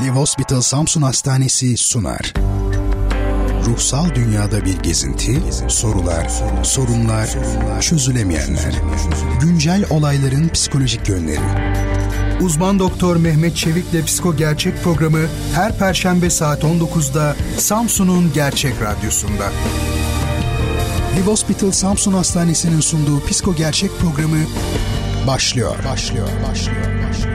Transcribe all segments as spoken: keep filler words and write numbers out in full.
Live Hospital Samsun Hastanesi sunar. Ruhsal dünyada bir gezinti, sorular, sorunlar, çözülemeyenler, güncel olayların psikolojik yönleri. Uzman Doktor Mehmet Çevik'le Psiko Gerçek programı her Perşembe saat on dokuzda Samsun'un Gerçek Radyosu'nda. Live Hospital Samsun Hastanesi'nin sunduğu Psiko Gerçek programı başlıyor. Başlıyor, başlıyor, başlıyor.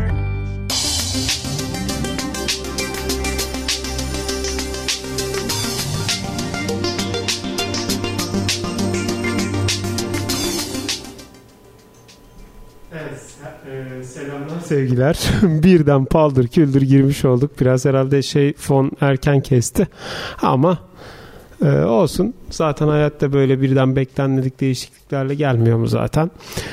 Selamlar, sevgiler. Birden paldır küldür girmiş olduk. Biraz herhalde şey fon erken kesti. Ama e, olsun. Zaten hayatta böyle birden beklenmedik değişikliklerle gelmiyor mu zaten?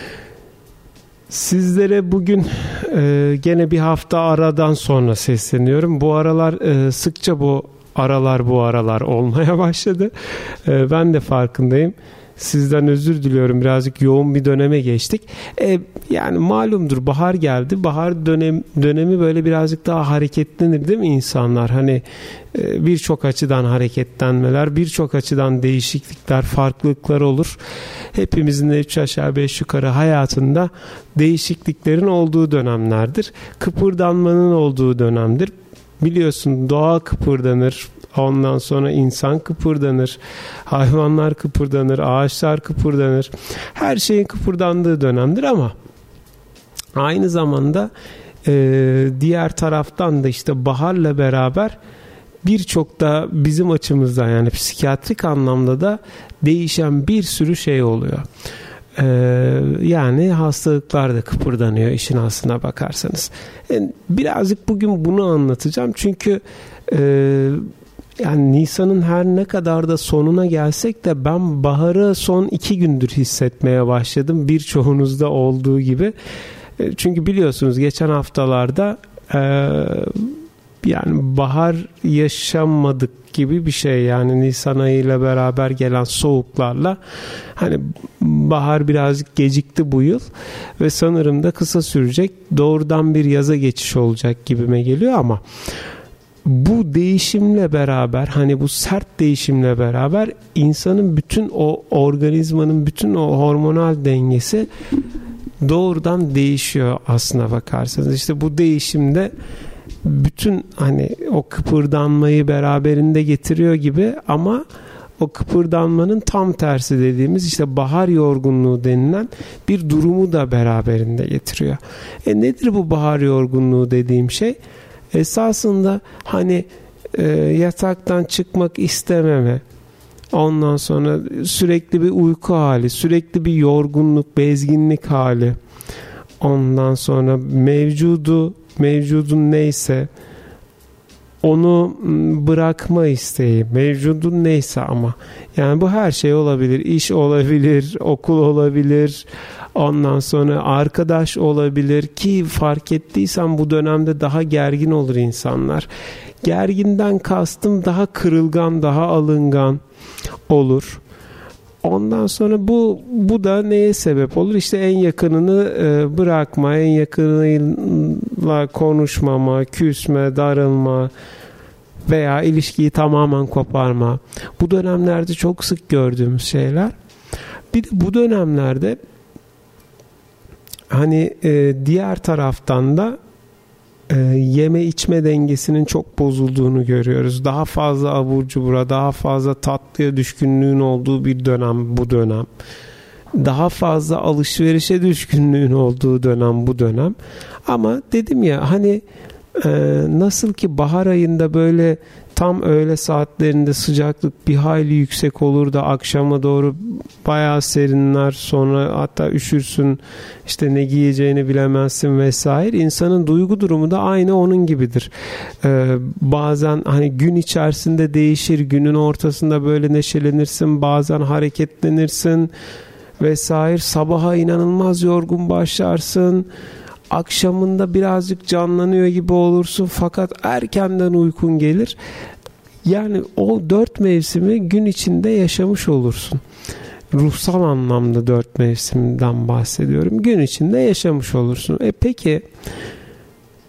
Sizlere bugün e, gene bir hafta aradan sonra sesleniyorum. Bu aralar e, sıkça bu aralar bu aralar olmaya başladı. E, ben de farkındayım. Sizden özür diliyorum. Birazcık yoğun bir döneme geçtik. E, yani malumdur, bahar geldi. Bahar dönem, dönemi böyle birazcık daha hareketlenir değil mi insanlar? Hani e, birçok açıdan hareketlenmeler, birçok açıdan değişiklikler, farklılıklar olur. Hepimizin de üç aşağı beş yukarı hayatında değişikliklerin olduğu dönemlerdir. Kıpırdanmanın olduğu dönemdir. Biliyorsun, doğa kıpırdanır. Ondan sonra insan kıpırdanır, hayvanlar kıpırdanır, ağaçlar kıpırdanır. Her şeyin kıpırdandığı dönemdir ama aynı zamanda e, diğer taraftan da işte baharla beraber birçok da bizim açımızdan, yani psikiyatrik anlamda da değişen bir sürü şey oluyor. Ee, yani hastalıklar da kıpırdanıyor işin aslına bakarsanız. Yani birazcık bugün bunu anlatacağım çünkü e, yani Nisan'ın her ne kadar da sonuna gelsek de ben baharı son iki gündür hissetmeye başladım, birçoğunuzda olduğu gibi. E, çünkü biliyorsunuz geçen haftalarda e, yani bahar yaşamadık gibi bir şey, yani Nisan ayıyla beraber gelen soğuklarla hani bahar birazcık gecikti bu yıl ve sanırım da kısa sürecek, doğrudan bir yaza geçiş olacak gibime geliyor. Ama bu değişimle beraber, hani bu sert değişimle beraber insanın bütün o organizmanın bütün o hormonal dengesi doğrudan değişiyor aslına bakarsanız. İşte bu değişimde bütün hani o kıpırdanmayı beraberinde getiriyor gibi, ama o kıpırdanmanın tam tersi dediğimiz işte bahar yorgunluğu denilen bir durumu da beraberinde getiriyor. E nedir bu bahar yorgunluğu dediğim şey? Esasında hani e, yataktan çıkmak istememe, ondan sonra sürekli bir uyku hali, sürekli bir yorgunluk, bezginlik hali, ondan sonra mevcudu mevcudun neyse onu bırakma isteği, mevcudun neyse ama yani bu her şey olabilir, iş olabilir, okul olabilir, ondan sonra arkadaş olabilir ki fark ettiysen bu dönemde daha gergin olur insanlar. Gerginden kastım daha kırılgan, daha alıngan olur. Ondan sonra bu bu da neye sebep olur? İşte en yakınını e, bırakma, en yakınıyla konuşmama, küsme, darılma veya ilişkiyi tamamen koparma. Bu dönemlerde çok sık gördüğümüz şeyler. Bir de bu dönemlerde hani e, diğer taraftan da e, yeme içme dengesinin çok bozulduğunu görüyoruz. Daha fazla abur cubura, daha fazla tatlıya düşkünlüğün olduğu bir dönem bu dönem. Daha fazla alışverişe düşkünlüğün olduğu dönem bu dönem. Ama dedim ya hani e, nasıl ki bahar ayında böyle tam öğle saatlerinde sıcaklık bir hayli yüksek olur da akşama doğru bayağı serinler, sonra hatta üşürsün, işte ne giyeceğini bilemezsin vesaire. İnsanın duygu durumu da aynı onun gibidir. Ee, bazen hani gün içerisinde değişir, günün ortasında böyle neşelenirsin, bazen hareketlenirsin vesaire, sabaha inanılmaz yorgun başlarsın. Akşamında birazcık canlanıyor gibi olursun fakat erkenden uykun gelir. Yani o dört mevsimi gün içinde yaşamış olursun. Ruhsal anlamda dört mevsimden bahsediyorum. Gün içinde yaşamış olursun. E peki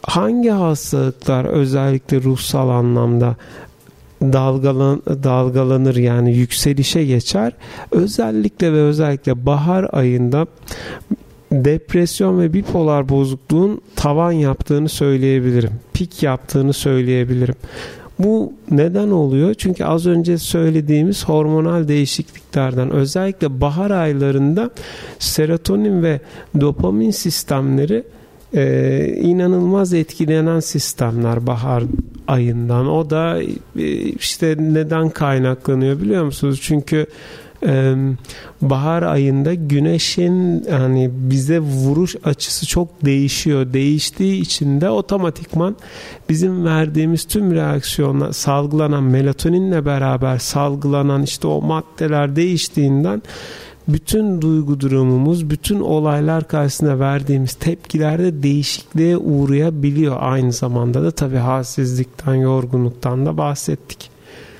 hangi hastalıklar özellikle ruhsal anlamda dalgalan, dalgalanır, yani yükselişe geçer? Özellikle ve özellikle bahar ayında depresyon ve bipolar bozukluğun tavan yaptığını söyleyebilirim. Pik yaptığını söyleyebilirim. Bu neden oluyor? Çünkü az önce söylediğimiz hormonal değişikliklerden, özellikle bahar aylarında serotonin ve dopamin sistemleri e, inanılmaz etkilenen sistemler bahar ayından. O da e, işte neden kaynaklanıyor biliyor musunuz? Çünkü Ee, bahar ayında güneşin yani bize vuruş açısı çok değişiyor. Değiştiği için de otomatikman bizim verdiğimiz tüm reaksiyonlar, salgılanan melatoninle beraber salgılanan işte o maddeler değiştiğinden bütün duygu durumumuz, bütün olaylar karşısında verdiğimiz tepkilerde değişikliğe uğrayabiliyor. Aynı zamanda da tabii halsizlikten, yorgunluktan da bahsettik.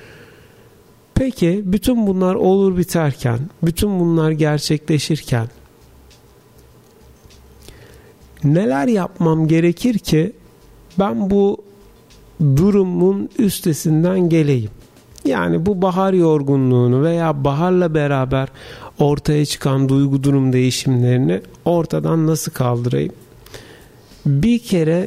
Peki bütün bunlar olur biterken, bütün bunlar gerçekleşirken neler yapmam gerekir ki ben bu durumun üstesinden geleyim? Yani bu bahar yorgunluğunu veya baharla beraber ortaya çıkan duygu durum değişimlerini ortadan nasıl kaldırayım? Bir kere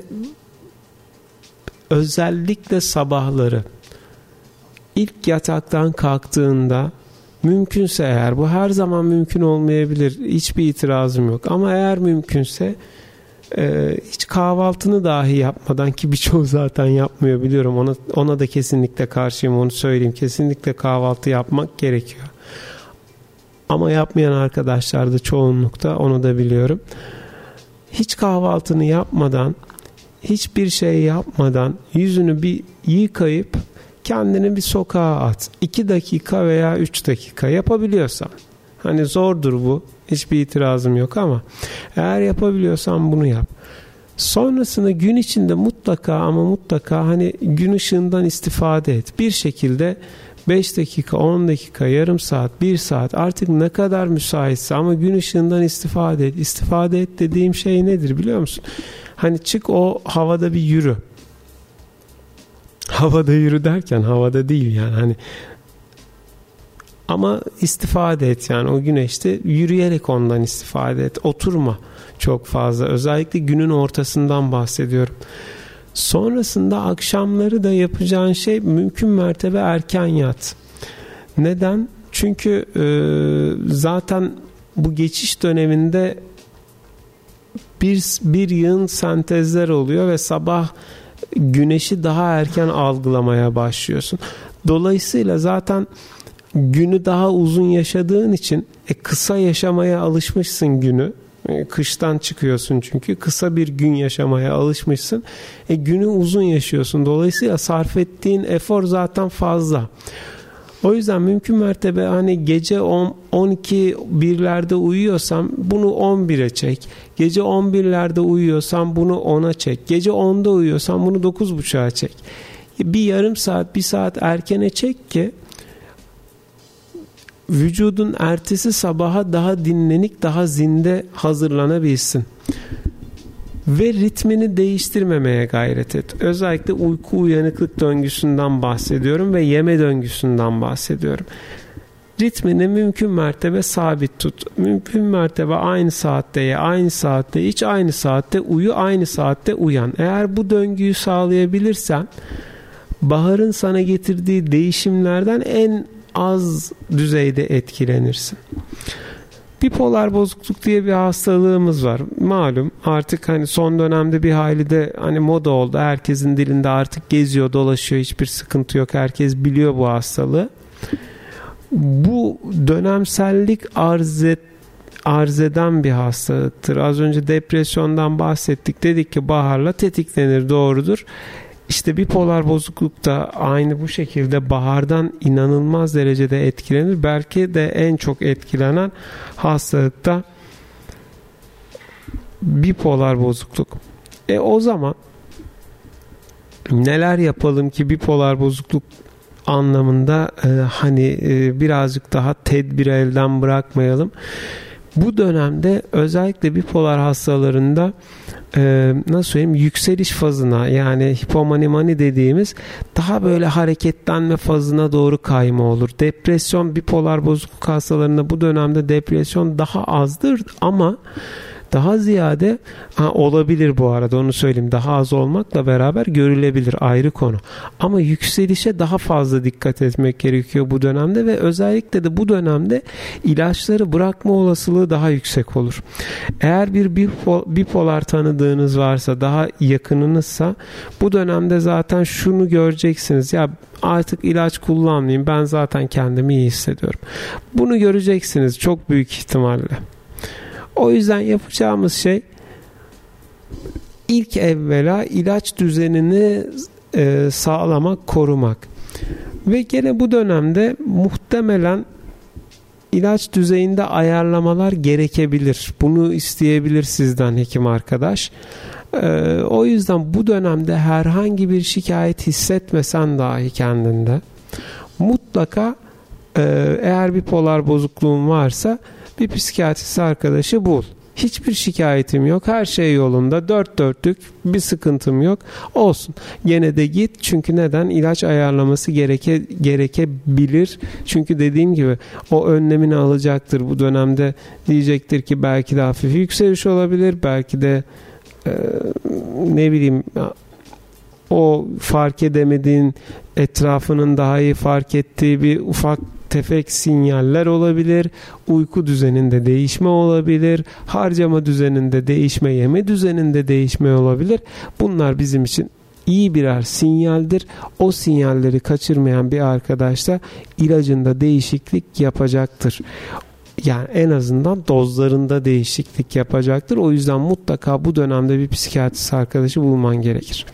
özellikle sabahları İlk yataktan kalktığında, mümkünse eğer, bu her zaman mümkün olmayabilir, hiçbir itirazım yok, ama eğer mümkünse e, hiç kahvaltını dahi yapmadan, ki birçoğu zaten yapmıyor biliyorum, ona, ona da kesinlikle karşıyım, onu söyleyeyim, kesinlikle kahvaltı yapmak gerekiyor. Ama yapmayan arkadaşlar da çoğunlukta, onu da biliyorum. Hiç kahvaltını yapmadan, hiçbir şey yapmadan yüzünü bir yıkayıp kendini bir sokağa at. iki dakika veya üç dakika yapabiliyorsan. Hani zordur bu. Hiçbir itirazım yok ama eğer yapabiliyorsan bunu yap. Sonrasında gün içinde mutlaka ama mutlaka hani gün ışığından istifade et. Bir şekilde beş dakika, on dakika, yarım saat, bir saat, artık ne kadar müsaitse, ama gün ışığından istifade et. İstifade et dediğim şey nedir biliyor musun? Hani çık o havada bir yürü. Havada yürü derken havada değil yani, hani ama istifade et, yani o güneşte yürüyerek ondan istifade et. Oturma çok fazla, özellikle günün ortasından bahsediyorum. Sonrasında akşamları da yapacağın şey mümkün mertebe erken yat. Neden? Çünkü e, zaten bu geçiş döneminde bir, bir yığın sentezler oluyor ve sabah güneşi daha erken algılamaya başlıyorsun. Dolayısıyla zaten günü daha uzun yaşadığın için e, kısa yaşamaya alışmışsın günü. E, kıştan çıkıyorsun çünkü. Kısa bir gün yaşamaya alışmışsın. E, günü uzun yaşıyorsun. Dolayısıyla sarf ettiğin efor zaten fazla. O yüzden mümkün mertebe hani gece on, on iki birlerde uyuyorsam bunu on bire çek. Gece on birlerde uyuyorsam bunu ona çek. Gece onda uyuyorsam bunu dokuz buçuğa çek. Bir yarım saat, bir saat erkene çek ki vücudun ertesi sabaha daha dinlenik, daha zinde hazırlanabilsin. Ve ritmini değiştirmemeye gayret et. Özellikle uyku uyanıklık döngüsünden bahsediyorum ve yeme döngüsünden bahsediyorum. Ritmini mümkün mertebe sabit tut. Mümkün mertebe aynı saatte ye, aynı saatte iç, aynı saatte uyu, aynı saatte uyan. Eğer bu döngüyü sağlayabilirsen baharın sana getirdiği değişimlerden en az düzeyde etkilenirsin. Bipolar bozukluk diye bir hastalığımız var. Malum artık hani son dönemde bir hayli de hani moda oldu. Herkesin dilinde artık geziyor, dolaşıyor. Hiçbir sıkıntı yok. Herkes biliyor bu hastalığı. Bu dönemsellik arz, et, arz eden bir hastalıktır. Az önce depresyondan bahsettik. Dedik ki baharla tetiklenir, doğrudur. İşte bipolar bozukluk da aynı bu şekilde bahardan inanılmaz derecede etkilenir. Belki de en çok etkilenen hastalıkta bipolar bozukluk. E o zaman neler yapalım ki bipolar bozukluk anlamında e, hani e, birazcık daha tedbiri elden bırakmayalım. Bu dönemde özellikle bipolar hastalarında e, nasıl söyleyeyim, yükseliş fazına, yani hipomanimani dediğimiz daha böyle hareketlenme fazına doğru kayma olur. Depresyon, bipolar bozukluk hastalarında bu dönemde depresyon daha azdır ama daha ziyade ha, olabilir bu arada, onu söyleyeyim, daha az olmakla beraber görülebilir, ayrı konu. Ama yükselişe daha fazla dikkat etmek gerekiyor bu dönemde ve özellikle de bu dönemde ilaçları bırakma olasılığı daha yüksek olur. Eğer bir bipolar tanıdığınız varsa, daha yakınınızsa, bu dönemde zaten şunu göreceksiniz: ya artık ilaç kullanmayayım, ben zaten kendimi iyi hissediyorum. Bunu göreceksiniz çok büyük ihtimalle. O yüzden yapacağımız şey ilk evvela ilaç düzenini e, sağlamak, korumak. Ve gene bu dönemde muhtemelen ilaç düzeyinde ayarlamalar gerekebilir. Bunu isteyebilir sizden hekim arkadaş. E, o yüzden bu dönemde herhangi bir şikayet hissetmesen dahi kendinde, mutlaka e, eğer bipolar bozukluğun varsa bir psikiyatrist arkadaşı bul. Hiçbir şikayetim yok, her şey yolunda, dört dörtlük, bir sıkıntım yok, olsun. Gene de git, çünkü neden? İlaç ayarlaması gereke, gerekebilir. Çünkü dediğim gibi o önlemini alacaktır bu dönemde. Diyecektir ki belki de hafif yükseliş olabilir, belki de e, ne bileyim, o fark edemediğin, etrafının daha iyi fark ettiği bir ufak tefek sinyaller olabilir. Uyku düzeninde değişme olabilir. Harcama düzeninde değişme, yeme düzeninde değişme olabilir. Bunlar bizim için iyi birer sinyaldir. O sinyalleri kaçırmayan bir arkadaş da ilacında değişiklik yapacaktır. Yani en azından dozlarında değişiklik yapacaktır. O yüzden mutlaka bu dönemde bir psikiyatrist arkadaşı bulman gerekir.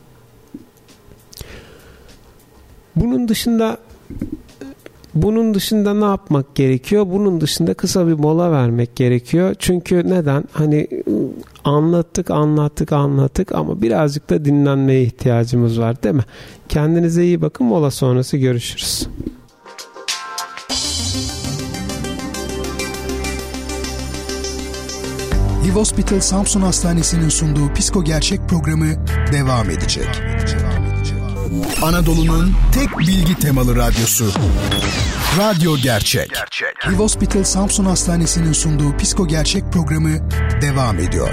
Bunun dışında Bunun dışında ne yapmak gerekiyor? Bunun dışında kısa bir mola vermek gerekiyor. Çünkü neden? Hani anlattık, anlattık, anlattık ama birazcık da dinlenmeye ihtiyacımız var, değil mi? Kendinize iyi bakın. Mola sonrası görüşürüz. Live Hospital Samsun Hastanesi'nin sunduğu Psiko Gerçek programı devam edecek. Anadolu'nun tek bilgi temalı radyosu. Radyo Gerçek. Live Hospital Samsun Hastanesi'nin sunduğu Psiko Gerçek programı devam ediyor.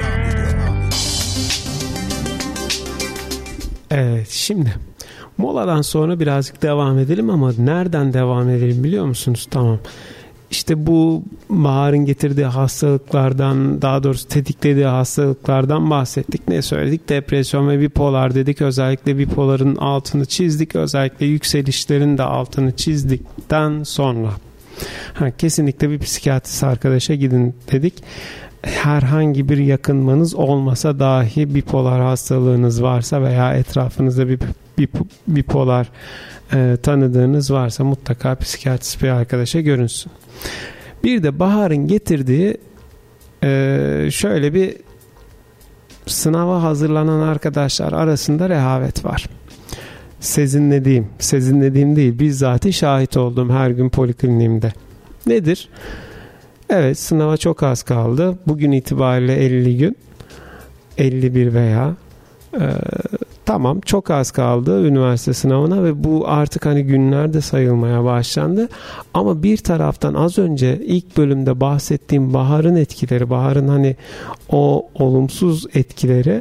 Evet, şimdi moladan sonra birazcık devam edelim ama nereden devam edelim biliyor musunuz? Tamam. İşte bu baharın getirdiği hastalıklardan, daha doğrusu tetiklediği hastalıklardan bahsettik. Ne söyledik? Depresyon ve bipolar dedik. Özellikle bipoların altını çizdik. Özellikle yükselişlerin de altını çizdikten sonra ha, kesinlikle bir psikiyatrist arkadaşa gidin dedik. Herhangi bir yakınmanız olmasa dahi, bipolar hastalığınız varsa veya etrafınızda bir bipolar e, tanıdığınız varsa mutlaka psikiyatrist bir arkadaşa görünsün. Bir de baharın getirdiği e, şöyle bir sınava hazırlanan arkadaşlar arasında rehavet var. Sezinlediğim, sezinlediğim değil, bizzat şahit olduğum her gün polikliniğimde. Nedir? Evet, sınava çok az kaldı. Bugün itibariyle elli gün, elli bir veya e, tamam, çok az kaldı üniversite sınavına ve bu artık hani günlerde sayılmaya başlandı. Ama bir taraftan az önce ilk bölümde bahsettiğim baharın etkileri, baharın hani o olumsuz etkileri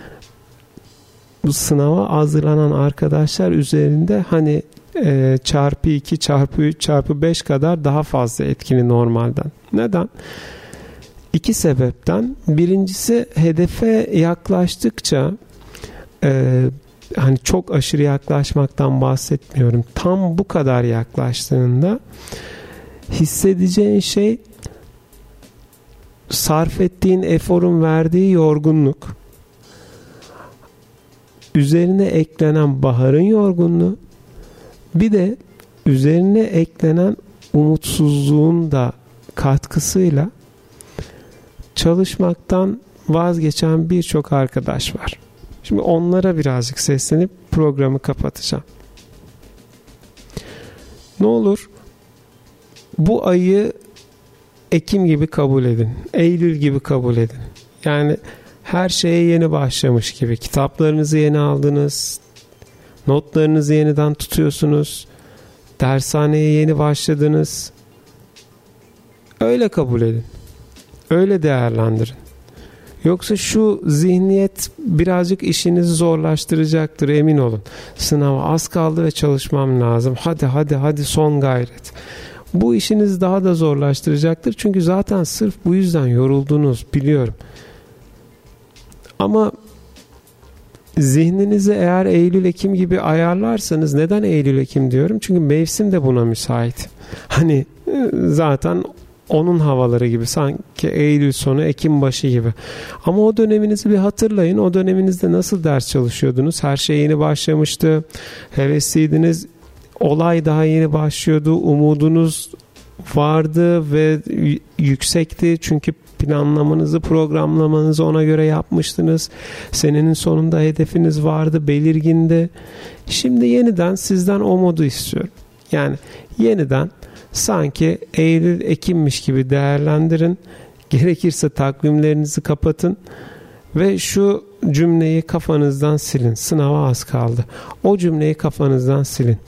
bu sınava hazırlanan arkadaşlar üzerinde hani e, çarpı iki, çarpı üç, çarpı beş kadar daha fazla etkili normalden. Neden? İki sebepten. Birincisi, hedefe yaklaştıkça Ee, hani çok aşırı yaklaşmaktan bahsetmiyorum. Tam bu kadar yaklaştığında hissedeceğin şey sarf ettiğin eforun verdiği yorgunluk, üzerine eklenen baharın yorgunluğu, bir de üzerine eklenen umutsuzluğun da katkısıyla çalışmaktan vazgeçen birçok arkadaş var. Şimdi onlara birazcık seslenip programı kapatacağım. Ne olur bu ayı Ekim gibi kabul edin. Eylül gibi kabul edin. Yani her şeye yeni başlamış gibi. Kitaplarınızı yeni aldınız. Notlarınızı yeniden tutuyorsunuz. Dershaneye yeni başladınız. Öyle kabul edin. Öyle değerlendirin. Yoksa şu zihniyet birazcık işinizi zorlaştıracaktır, emin olun. Sınava az kaldı ve çalışmam lazım. Hadi hadi hadi son gayret. Bu işinizi daha da zorlaştıracaktır. Çünkü zaten sırf bu yüzden yoruldunuz, biliyorum. Ama zihninizi eğer Eylül-Ekim gibi ayarlarsanız, neden Eylül-Ekim diyorum? Çünkü mevsim de buna müsait. Hani zaten onun havaları gibi, sanki Eylül sonu Ekim başı gibi. Ama o döneminizi bir hatırlayın. O döneminizde nasıl ders çalışıyordunuz? Her şey yeni başlamıştı. Hevesliydiniz. Olay daha yeni başlıyordu. Umudunuz vardı ve yüksekti. Çünkü planlamanızı, programlamanızı ona göre yapmıştınız. Senenin sonunda hedefiniz vardı, belirgindi. Şimdi yeniden sizden o modu istiyorum. Yani yeniden sanki Eylül, Ekim'miş gibi değerlendirin. Gerekirse takvimlerinizi kapatın ve şu cümleyi kafanızdan silin. Sınava az kaldı. O cümleyi kafanızdan silin.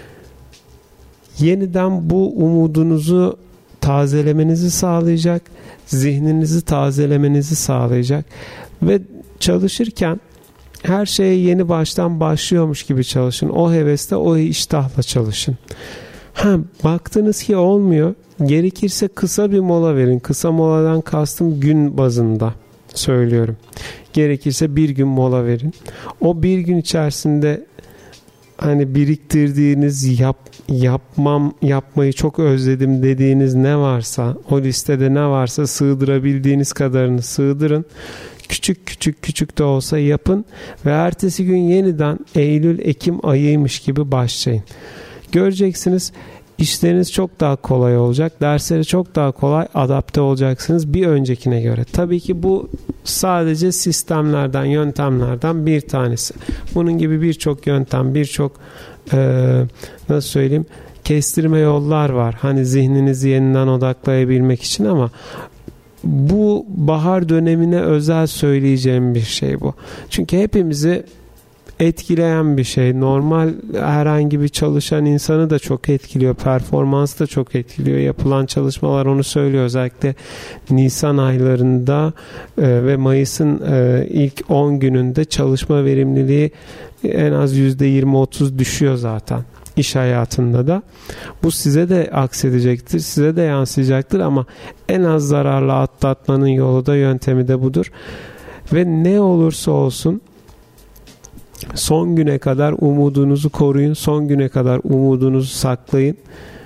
Yeniden bu umudunuzu tazelemenizi sağlayacak, zihninizi tazelemenizi sağlayacak ve çalışırken her şeye yeni baştan başlıyormuş gibi çalışın. O hevesle, o iştahla çalışın. Ha, baktınız ki olmuyor. Gerekirse kısa bir mola verin. Kısa moladan kastım gün bazında söylüyorum. Gerekirse bir gün mola verin. O bir gün içerisinde hani biriktirdiğiniz, yap, yapmam, yapmayı çok özledim dediğiniz ne varsa, o listede ne varsa sığdırabildiğiniz kadarını sığdırın. Küçük küçük küçük de olsa yapın ve ertesi gün yeniden Eylül, Ekim ayıymış gibi başlayın. Göreceksiniz, işleriniz çok daha kolay olacak. Derslere çok daha kolay adapte olacaksınız bir öncekine göre. Tabii ki bu sadece sistemlerden, yöntemlerden bir tanesi. Bunun gibi birçok yöntem, birçok e, nasıl söyleyeyim, kestirme yollar var. Hani zihninizi yeniden odaklayabilmek için, ama bu bahar dönemine özel söyleyeceğim bir şey bu. Çünkü hepimizi etkileyen bir şey. Normal herhangi bir çalışan insanı da çok etkiliyor. Performans da çok etkiliyor. Yapılan çalışmalar onu söylüyor. Özellikle Nisan aylarında e, ve Mayıs'ın e, ilk on gününde çalışma verimliliği en az yüzde yirmi otuz düşüyor zaten. İş hayatında da. Bu size de aksedecektir. Size de yansıyacaktır, ama en az zararla atlatmanın yolu da, yöntemi de budur. Ve ne olursa olsun son güne kadar umudunuzu koruyun. Son güne kadar umudunuzu saklayın.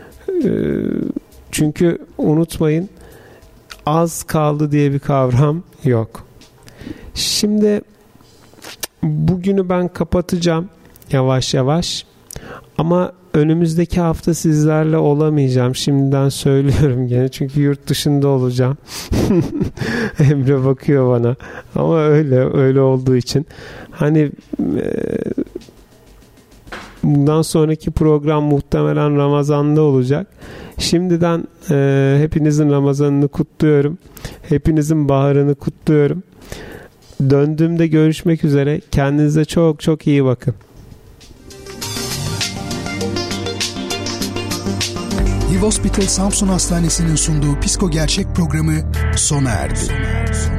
Çünkü unutmayın, az kaldı diye bir kavram yok. Şimdi bugünü ben kapatacağım yavaş yavaş. Ama önümüzdeki hafta sizlerle olamayacağım. Şimdiden söylüyorum gene. Çünkü yurt dışında olacağım. Emre bakıyor bana. Ama öyle öyle olduğu için. Hani e, bundan sonraki program muhtemelen Ramazan'da olacak. Şimdiden e, hepinizin Ramazan'ını kutluyorum. Hepinizin baharını kutluyorum. Döndüğümde görüşmek üzere. Kendinize çok çok iyi bakın. Liv Hospital Samsun Hastanesi'nin sunduğu Psiko Gerçek programı sona erdi. Sona erdi.